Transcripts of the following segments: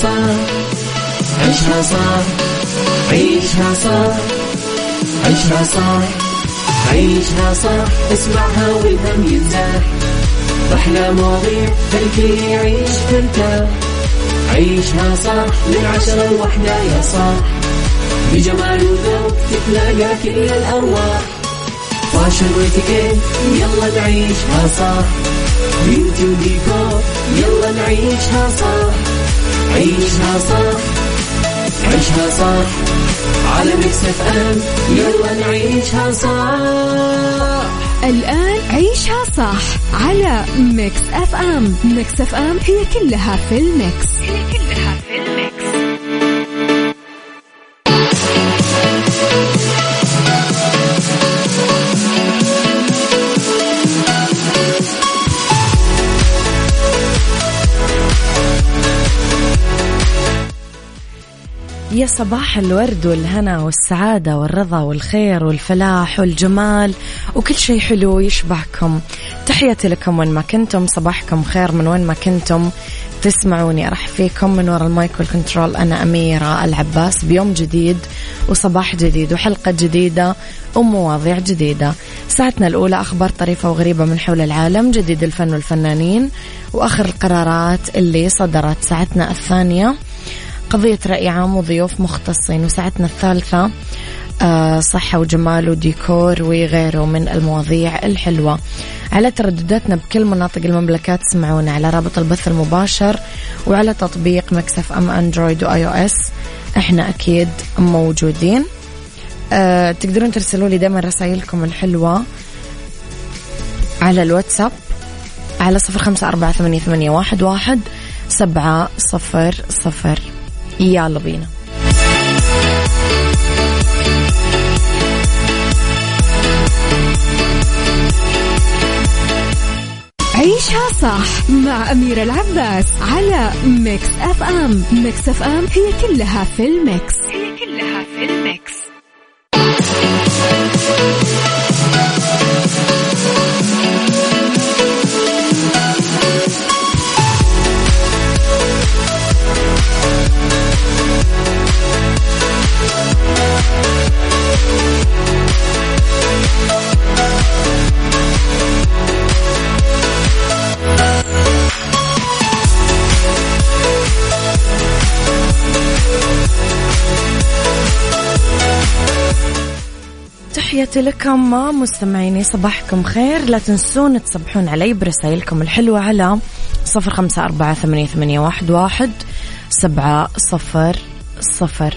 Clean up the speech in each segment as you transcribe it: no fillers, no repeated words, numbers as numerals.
صح عيشها صح عيشها صح عيشها صح عيشها صح اسمعها والهم ينزاح أحلى مواضيع خلي يعيش مرتاح عيشها صح من 10 ل1 يا صاح بجمال وذوق تتلاقى كل الأرواح فاشل واتيكيت يلا نعيشها صح بيوتي وديكور يلا نعيشها صح عيشها صح عيشها صح على ميكس اف ام يلا نعيشها صح. الآن عيشها صح على ميكس اف ام. ميكس اف ام هي كلها في الميكس. يا صباح الورد والهنا والسعادة والرضا والخير والفلاح والجمال وكل شيء حلو يشبهكم. تحياتي لكم وين ما كنتم، صباحكم خير من وين ما كنتم تسمعوني. أرحب فيكم من وراء المايك والكنترول، أنا أميرة العباس، بيوم جديد وصباح جديد وحلقة جديدة ومواضيع جديدة. ساعتنا الأولى أخبار طريفة وغريبة من حول العالم، جديد الفن والفنانين وآخر القرارات اللي صدرت. ساعتنا الثانية قضية رأي عام وضيوف مختصين، وساعتنا الثالثة صحة وجمال وديكور وغيره من المواضيع الحلوة. على تردداتنا بكل مناطق المملكة تسمعونا على رابط البث المباشر وعلى تطبيق ميكس اف ام اندرويد واي او اس، احنا اكيد موجودين. تقدرون ترسلوا لي دائما رسائلكم الحلوة على الواتساب على 0548811700. يلا بينا. عيشها صح مع أميرة العباس على ميكس اف ام. ميكس اف ام هي كلها في الميكس. تحياتي لكم مستمعيني، صباحكم خير. لا تنسون تصبحون علي برسائلكم الحلوة على 0548811700.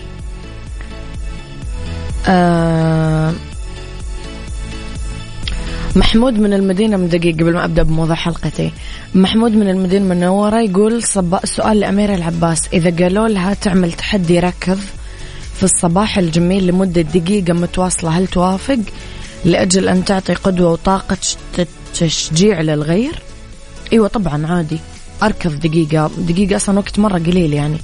محمود من المدينة من دقيقة قبل ما أبدأ بموضوع حلقتي. محمود من المدينة المنورة يقول سؤال لأميرة العباس، إذا قالوا لها تعمل تحدي ركض في الصباح الجميل لمدة دقيقة متواصلة هل توافق لأجل أن تعطي قدوة وطاقة تشجيع للغير؟ أيوة طبعا عادي أركض دقيقة أصلا وقت مرة قليل يعني،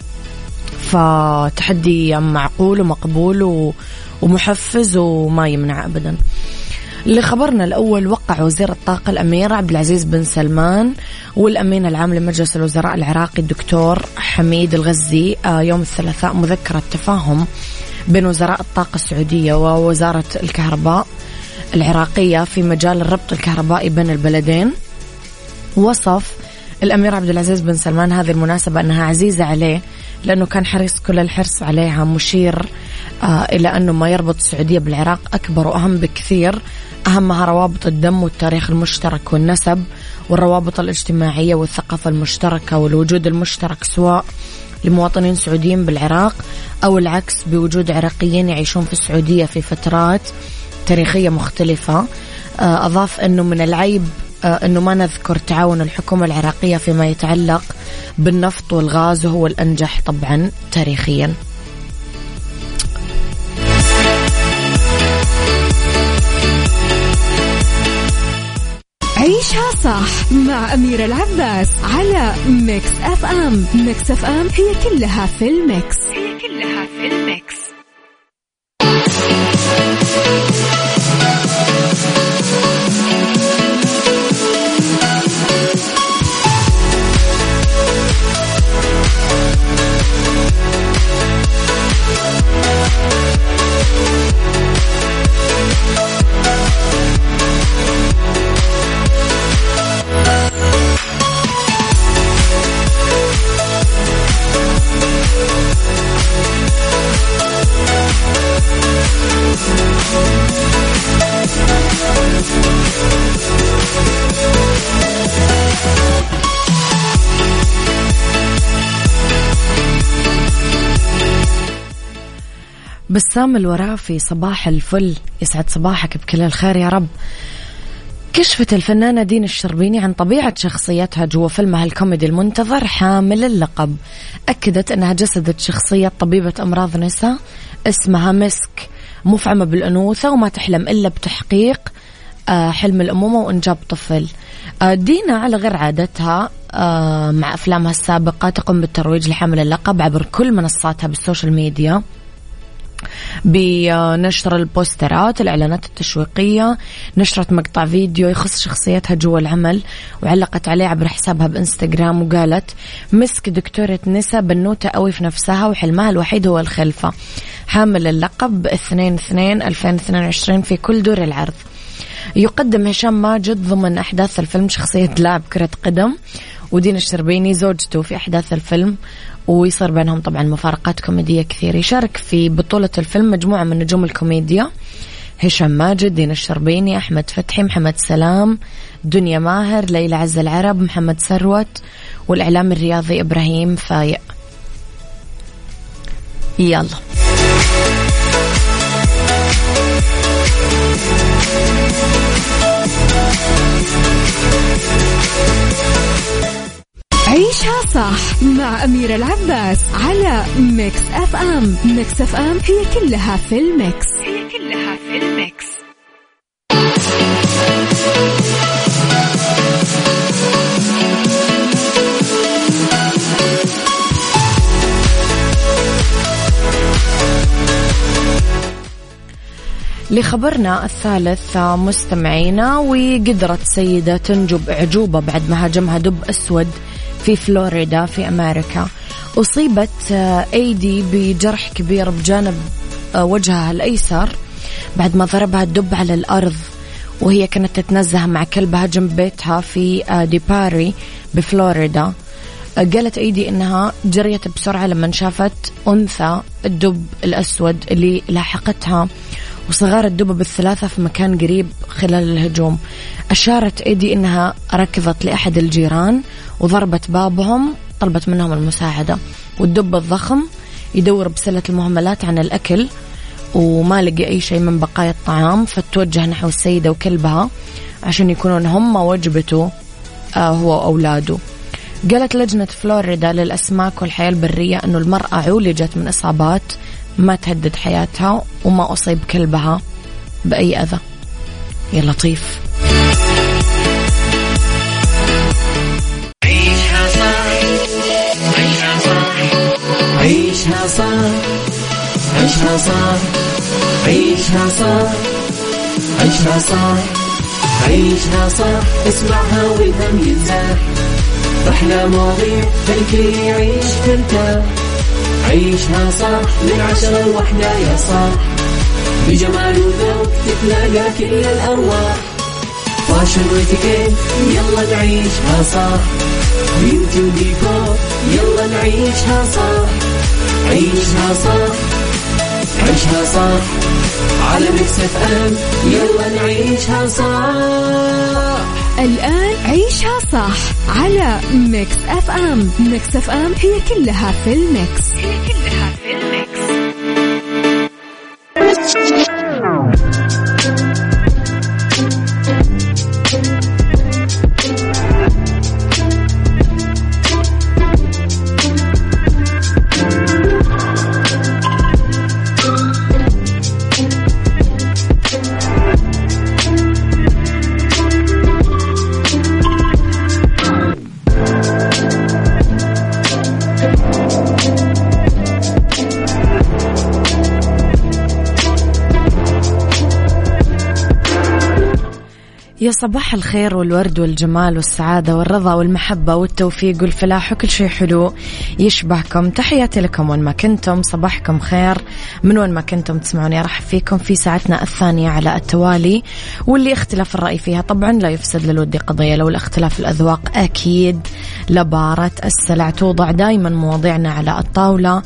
فتحدي معقول ومقبول ومحفز وما يمنع أبدا. لخبرنا الأول، وقع وزير الطاقة الأمير عبد العزيز بن سلمان والأمين العام لمجلس الوزراء العراقي الدكتور حميد الغزي يوم الثلاثاء مذكرة تفاهم بين وزراء الطاقة السعودية ووزارة الكهرباء العراقية في مجال الربط الكهربائي بين البلدين. وصف الأمير عبد العزيز بن سلمان هذه المناسبة أنها عزيزة عليه لأنه كان حريص كل الحرص عليها، مشير إلى أنه ما يربط السعودية بالعراق أكبر وأهم بكثير، أهمها روابط الدم والتاريخ المشترك والنسب والروابط الاجتماعية والثقافة المشتركة والوجود المشترك، سواء لمواطنين سعوديين بالعراق أو العكس بوجود عراقيين يعيشون في السعودية في فترات تاريخية مختلفة. أضاف أنه من العيب أنه ما نذكر تعاون الحكومة العراقية فيما يتعلق بالنفط والغاز، وهو الأنجح طبعا تاريخيا. عيشها صح مع أميرة العباس على ميكس اف ام. ميكس اف ام هي كلها في الميكس. بسام الورافي صباح الفل، يسعد صباحك بكل الخير يا رب. كشفت الفنانة دين الشربيني عن طبيعة شخصيتها جوا فيلمها الكوميدي المنتظر حامل اللقب. أكدت أنها جسدت شخصية طبيبة أمراض نساء اسمها مسك، مفعمة بالأنوثة وما تحلم إلا بتحقيق حلم الأمومة وإنجاب طفل. دينا على غير عادتها مع أفلامها السابقة تقوم بالترويج لحامل اللقب عبر كل منصاتها بالسوشيال ميديا، بنشر البوسترات، الإعلانات التشويقية، نشرت مقطع فيديو يخص شخصيتها جوا العمل وعلقت عليه عبر حسابها بإنستغرام وقالت: مسك دكتورة نساء بنوتة قوي في نفسها وحلمها الوحيد هو الخلفة، حامل اللقب 2/2/2022 في كل دور العرض. يقدم هشام ماجد ضمن أحداث الفيلم شخصية لاعب كرة قدم، ودين الشربيني زوجته في أحداث الفيلم، ويصير بينهم طبعا مفارقات كوميدية كثير. يشارك في بطولة الفيلم مجموعة من نجوم الكوميديا: هشام ماجد، دين الشربيني، أحمد فتحي، محمد سلام، دنيا ماهر، ليلى عز العرب، محمد ثروت، والإعلام الرياضي إبراهيم فايق. يلا عيشها صح مع أميرة العباس على ميكس أف أم. ميكس أف أم هي كلها في الميكس، هي كلها في الميكس. لخبرنا الثالث مستمعينا، وقدرت سيدة تنجب أعجوبة بعد ما هاجمها دب أسود في فلوريدا في أمريكا. أصيبت أيدي بجرح كبير بجانب وجهها الأيسر بعد ما ضربها الدب على الأرض وهي كانت تتنزه مع كلبها جنب بيتها في ديباري بفلوريدا. قالت أيدي إنها جريت بسرعة لما شافت أنثى الدب الأسود اللي لاحقتها وصغار الدب الثلاثة في مكان قريب خلال الهجوم. أشارت إيدي إنها ركضت لأحد الجيران وضربت بابهم، طلبت منهم المساعدة، والدب الضخم يدور بسلة المهملات عن الأكل وما لقي أي شيء من بقايا الطعام، فتوجه نحو السيدة وكلبها عشان يكونون هم وجبته هو وأولاده. قالت لجنة فلوريدا للأسماك والحياة البرية أنه المرأة عولجت من إصابات ما تهدد حياتها وما أصيب كلبها بأي أذى. يا لطيف. عيشها صح، عيشها صح، عيشها صح، عيشها صح، عيشها صح، عيشها صح، عيشها صح، اسمعها والهم ينزاح، أحلى مواضيع خلي يعيش ترتاح. عيشها صح من 10 ل1 يا صاح، بجمال وذوق تتلاقى كل الأرواح، فاشل واتيكيت يلا نعيشها صح، بيوتي وديكور يلا نعيشها صح. عيشها صح، عيشها صح، على ميكس اف ام يلا نعيشها صح. الآن عيشها صح على ميكس أف أم. ميكس أف أم هي كلها في الميكس، هي كلها في الميكس. يا صباح الخير والورد والجمال والسعادة والرضا والمحبة والتوفيق والفلاح وكل شيء حلو يشبهكم. تحياتي لكم وين ما كنتم، صباحكم خير من وين ما كنتم تسمعوني. أرحب فيكم في ساعتنا الثانية على التوالي، واللي اختلاف الرأي فيها طبعا لا يفسد للود قضية، لو الاختلاف الأذواق أكيد لبارة السلع. توضع دايما مواضيعنا على الطاولة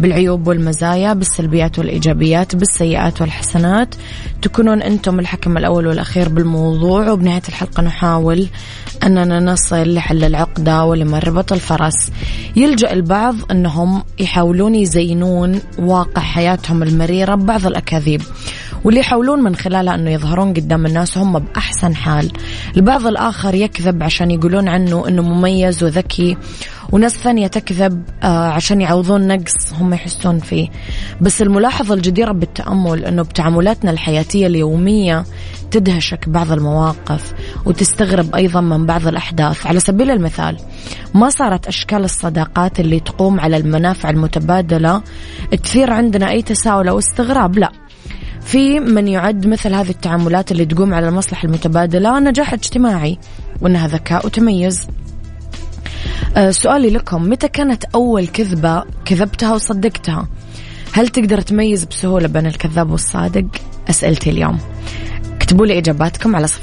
بالعيوب والمزايا، بالسلبيات والإيجابيات، بالسيئات والحسنات. تكونون أنتم الحكم الأول والأخير بالموضوع، وبنهاية الحلقة نحاول أننا نصل لحل العقدة ولمربط الفرس. يلجأ البعض أنهم يحاولون يزينون واقع حياتهم المريرة ببعض الأكاذيب، واللي يحاولون من خلالها أنه يظهرون قدام الناس هم بأحسن حال. البعض الآخر يكذب عشان يقولون عنه أنه مميز وذكي، وناس ثانية تكذب عشان يعوضون نقص هم يحسون فيه. بس الملاحظة الجديرة بالتأمل أنه بتعاملاتنا الحياتية اليومية تدهشك بعض المواقف وتستغرب أيضا من بعض الأحداث. على سبيل المثال، ما صارت أشكال الصداقات اللي تقوم على المنافع المتبادلة تثير عندنا أي تساؤل أو استغراب. لا، في من يعد مثل هذه التعاملات اللي تقوم على المصلحة المتبادلة نجاح اجتماعي، وأنها ذكاء وتميز. سؤالي لكم، متى كانت أول كذبة كذبتها وصدقتها؟ هل تقدر تميز بسهولة بين الكذاب والصادق؟ أسئلتي اليوم. اكتبوا لي إجاباتكم على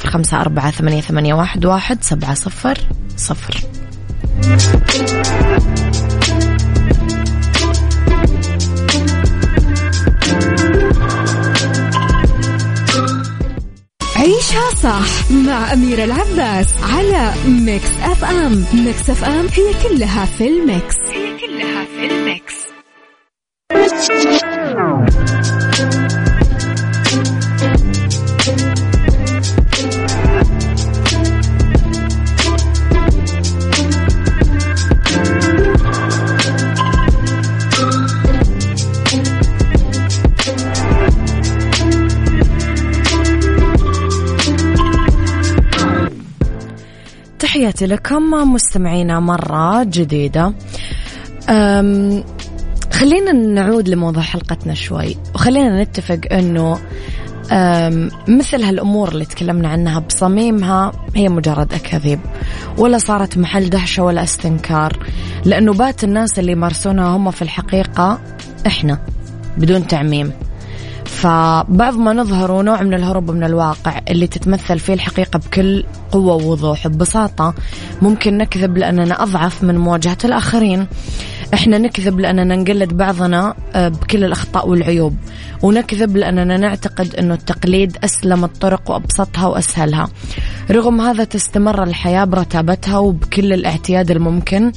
0548811700. عيشها صح مع أميرة العباس على ميكس أف أم. ميكس أف أم هي كلها في الميكس. تحياتي لكم مستمعينا مرة جديدة. خلينا نعود لموضوع حلقتنا شوي، وخلينا نتفق أنه مثل هالأمور اللي تكلمنا عنها بصميمها هي مجرد أكاذيب، ولا صارت محل دهشة ولا استنكار، لأنه بات الناس اللي يمارسونها هم في الحقيقة إحنا بدون تعميم. فبعض ما نظهر نوع من الهروب من الواقع اللي تتمثل فيه الحقيقة بكل قوة ووضوح. ببساطة ممكن نكذب لأننا أضعف من مواجهة الآخرين. إحنا نكذب لأننا نقلد بعضنا بكل الأخطاء والعيوب، ونكذب لأننا نعتقد أنه التقليد أسلم الطرق وأبسطها وأسهلها. رغم هذا تستمر الحياة برتابتها وبكل الاعتياد الممكن.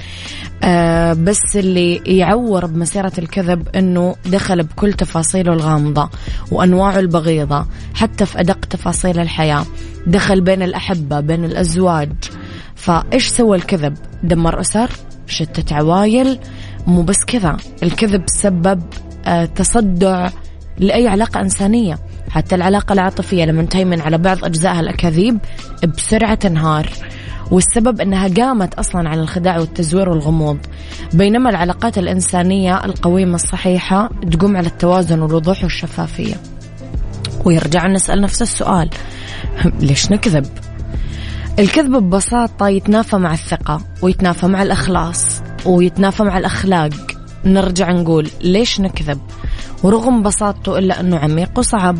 بس اللي يعور بمسيرة الكذب أنه دخل بكل تفاصيله الغامضة وأنواعه البغيضة، حتى في أدق تفاصيل الحياة. دخل بين الأحبة، بين الأزواج. فإيش سوى الكذب؟ دمر أسر، شتت عوائل. مو بس كذا، الكذب سبب تصدع لأي علاقة إنسانية، حتى العلاقة العاطفية لما تهيمن على بعض أجزائها الأكاذيب بسرعة تنهار. والسبب أنها قامت أصلا على الخداع والتزوير والغموض، بينما العلاقات الإنسانية القويمة الصحيحة تقوم على التوازن والوضوح والشفافية. ويرجع نسأل نفس السؤال، ليش نكذب؟ الكذب ببساطة يتنافى مع الثقة، ويتنافى مع الإخلاص، ويتنافى مع الأخلاق. نرجع نقول ليش نكذب؟ ورغم بساطته إلا أنه عميق وصعب.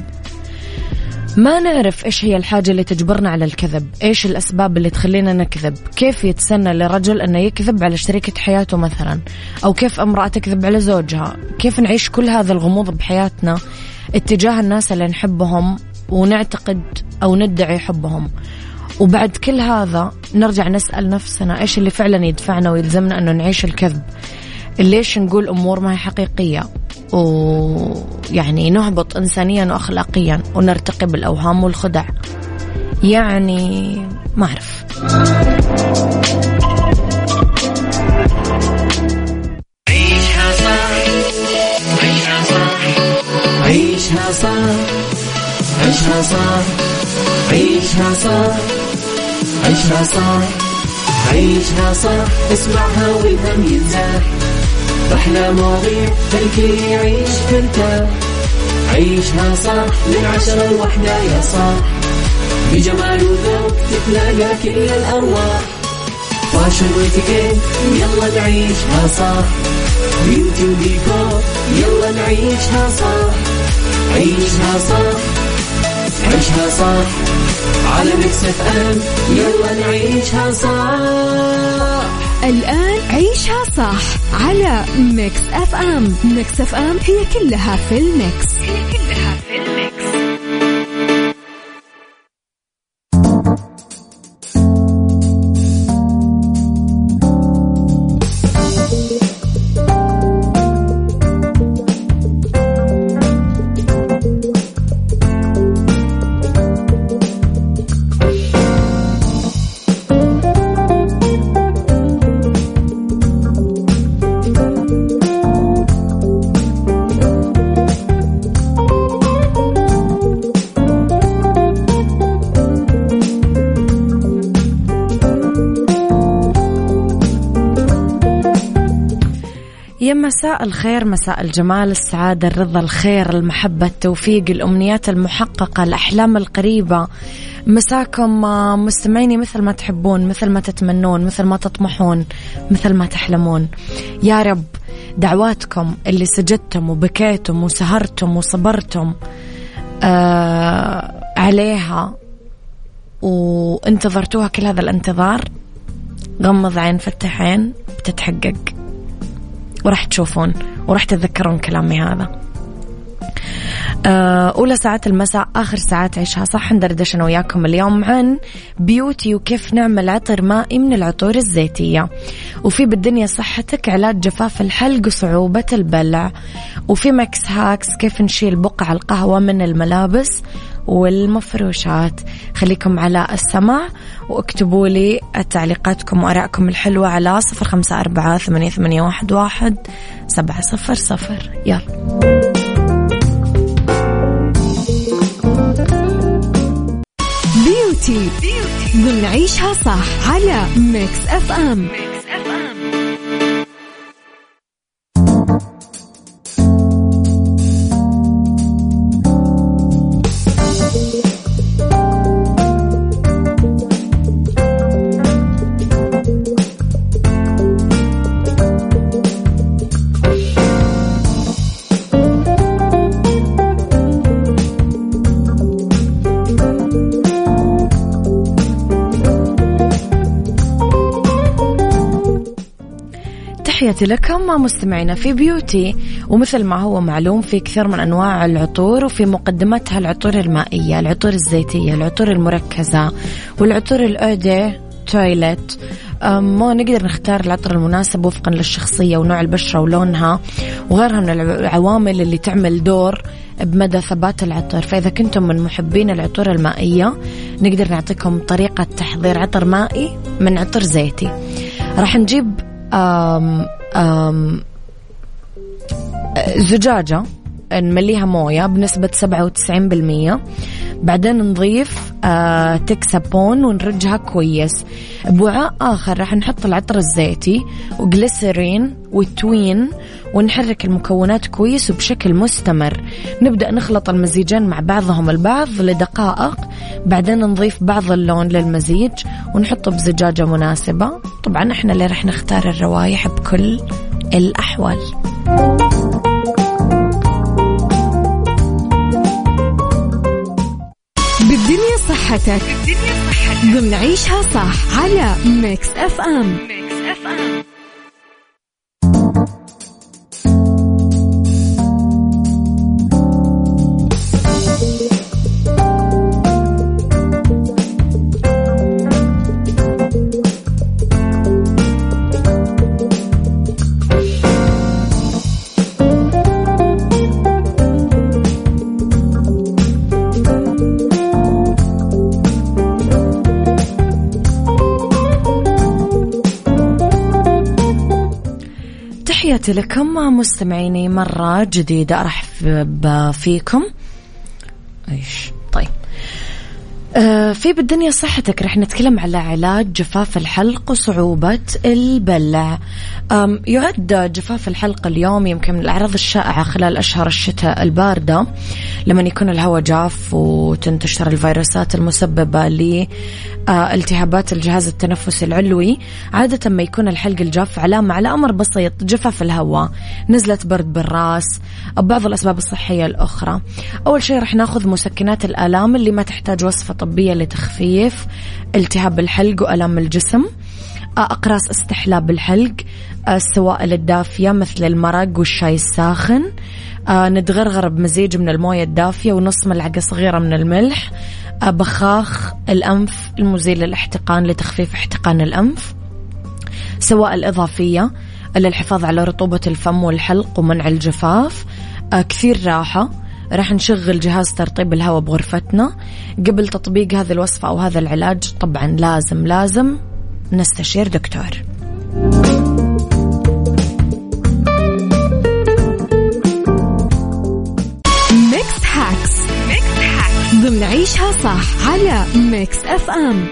ما نعرف إيش هي الحاجة اللي تجبرنا على الكذب، إيش الأسباب اللي تخلينا نكذب. كيف يتسنى لرجل أنه يكذب على شريكة حياته مثلا، أو كيف امرأة تكذب على زوجها. كيف نعيش كل هذا الغموض بحياتنا اتجاه الناس اللي نحبهم ونعتقد أو ندعي حبهم. وبعد كل هذا نرجع نسأل نفسنا إيش اللي فعلا يدفعنا ويلزمنا أنه نعيش الكذب. ليش نقول أمور ما هي حقيقية، ويعني نهبط إنسانيا وأخلاقيا، ونرتقي بالأوهام والخدع. يعني ما أعرف. عيشها صح، عيشها صح، عيشها صح، عيشها صح، عيشها صح، عيشها صح، عيشها صح. اسمعها والهم ينزاح، أحلى مواضيع الكل يعيش ترتاح. عيشها صح من 10 ل1 يا صاح، بجمال وذوق تتلاقى كل الأرواح. فاشل واتيكيت يلا نعيشها صح، بيوتي وديكور يلا نعيشها صح. عيشها صح، عيشها صح، على ميكس اف ام يلا نعيشها صح. الآن عيشها صح على ميكس أف أم. ميكس أف أم هي كلها في الميكس. يا مساء الخير، مساء الجمال، السعادة، الرضا، الخير، المحبة، التوفيق، الأمنيات المحققة، الأحلام القريبة. مساكم مستمعيني مثل ما تحبون، مثل ما تتمنون، مثل ما تطمحون، مثل ما تحلمون. يا رب دعواتكم اللي سجدتم وبكيتم وسهرتم وصبرتم عليها وانتظرتوها كل هذا الانتظار، غمض عين فتح عين، بتتحقق وراح تشوفون وراح تتذكرون كلامي هذا. أولى ساعات المساء، آخر ساعات عيشها صح، ندردش أنا وياكم اليوم عن بيوتي وكيف نعمل عطر مائي من العطور الزيتية، وفي بالدنيا صحتك علاج جفاف الحلق وصعوبة البلع، وفي ماكس هاكس كيف نشيل بقع القهوة من الملابس والمفروشات. خليكم على السمع واكتبوا لي تعليقاتكم وآرائكم الحلوة على 0548811700. يلا بيوتي نعيشها صح على ميكس أف أم. تحياتي لكم مستمعينا في بيوتي. ومثل ما هو معلوم في كثير من أنواع العطور، وفي مقدمتها العطور المائية، العطور الزيتية، العطور المركزة، والعطور الأودي تويلت. ما نقدر نختار العطر المناسب وفقا للشخصية ونوع البشرة ولونها وغيرها من العوامل اللي تعمل دور بمدى ثبات العطر. فإذا كنتم من محبين العطور المائية نقدر نعطيكم طريقة تحضير عطر مائي من عطر زيتي. راح نجيب زجاجة نمليها موية بنسبة 97%، بعدين نضيف تكسابون ونرجها كويس. بوعاء آخر راح نحط العطر الزيتي وجليسرين وتوين ونحرك المكونات كويس وبشكل مستمر. نبدأ نخلط المزيجين مع بعضهم البعض لدقائق، بعدين نضيف بعض اللون للمزيج ونحطه بزجاجة مناسبة. طبعا احنا اللي راح نختار الروايح بكل الأحوال. بالدنيا صحتك ضمن عيشها صح على ميكس أف أم. تحياتي لكم مستمعيني مرة جديدة، أرحب فيكم. طيب في بالدنيا صحتك رح نتكلم على علاج جفاف الحلق وصعوبة البلع. يعد جفاف الحلق اليوم يمكن من الأعراض الشائعة خلال أشهر الشتاء الباردة، لما يكون الهواء جاف وتنتشر الفيروسات المسببة لالتهابات الجهاز التنفسي العلوي. عادة ما يكون الحلق الجاف علامة على أمر بسيط، جفاف الهواء، نزلة برد بالرأس، بعض الأسباب الصحية الأخرى. أول شيء رح ناخذ مسكنات الآلام اللي ما تحتاج وصفة طبية لتخفيف التهاب الحلق وألام الجسم. أقراص استحلاب بالحلق، السوائل الدافية مثل المرق والشاي الساخن، نتغرغر بمزيج من الموية الدافية ونص ملعقة صغيرة من الملح، بخاخ الأنف المزيل للاحتقان لتخفيف احتقان الأنف، سوائل إضافية للحفاظ على رطوبة الفم والحلق ومنع الجفاف، كثير راحة. راح نشغل جهاز ترطيب الهواء بغرفتنا. قبل تطبيق هذه الوصفة أو هذا العلاج طبعا لازم نستشير دكتور. ميكس هاكس ضمن عيشها صح على ميكس اف ام.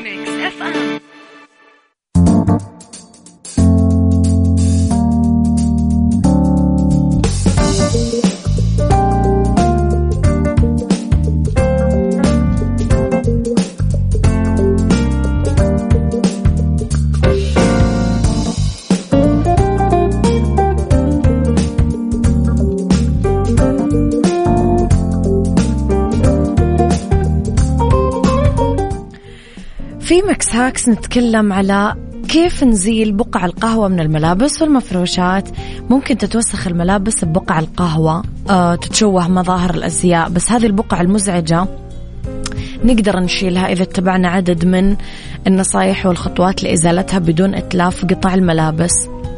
في ميكس هاكس نتكلم على كيف نزيل بقع القهوة من الملابس والمفروشات. ممكن تتوسخ الملابس ببقع القهوة، تتشوه مظاهر الأزياء، بس هذه البقع المزعجة نقدر نشيلها إذا اتبعنا عدد من النصائح والخطوات لإزالتها بدون إتلاف قطع الملابس.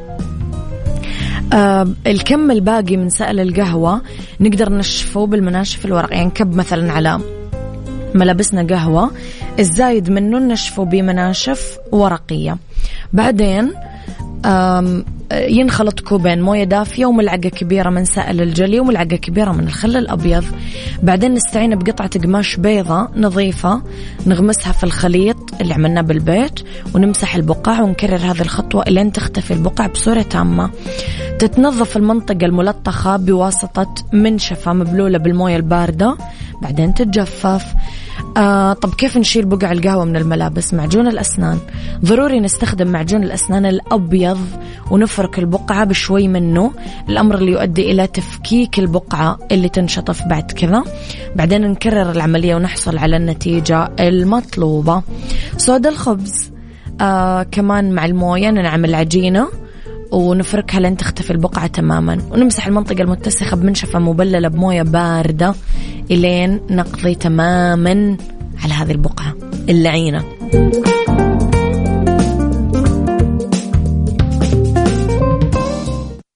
الكم الباقي من سائل القهوة نقدر نشفه بالمناشف الورق، يعني نكب مثلا على ملابسنا قهوة، الزايد منه نشفه بمناشف ورقية. بعدين ينخلط كوبين موية دافية وملعقة كبيرة من سائل الجلي وملعقة كبيرة من الخل الأبيض. بعدين نستعين بقطعة قماش بيضة نظيفة نغمسها في الخليط اللي عملناه بالبيت ونمسح البقع، ونكرر هذه الخطوة إلين تختفي البقع بصورة تامة. تتنظف المنطقة الملطخة بواسطة منشفة مبلولة بالموية الباردة، بعدين تتجفف. طب كيف نشيل بقع القهوة من الملابس؟ معجون الأسنان. ضروري نستخدم معجون الأسنان الأبيض ونفرك البقعة بشوي منه، الأمر اللي يؤدي إلى تفكيك البقعة اللي تنشطف بعد كذا. بعدين نكرر العملية ونحصل على النتيجة المطلوبة. صودا الخبز كمان مع الموية نعمل عجينة ونفركها لين تختفي البقعة تماما، ونمسح المنطقة المتسخة بمنشفة مبللة بموية باردة إلين نقضي تماما على هذه البقعة اللعينة.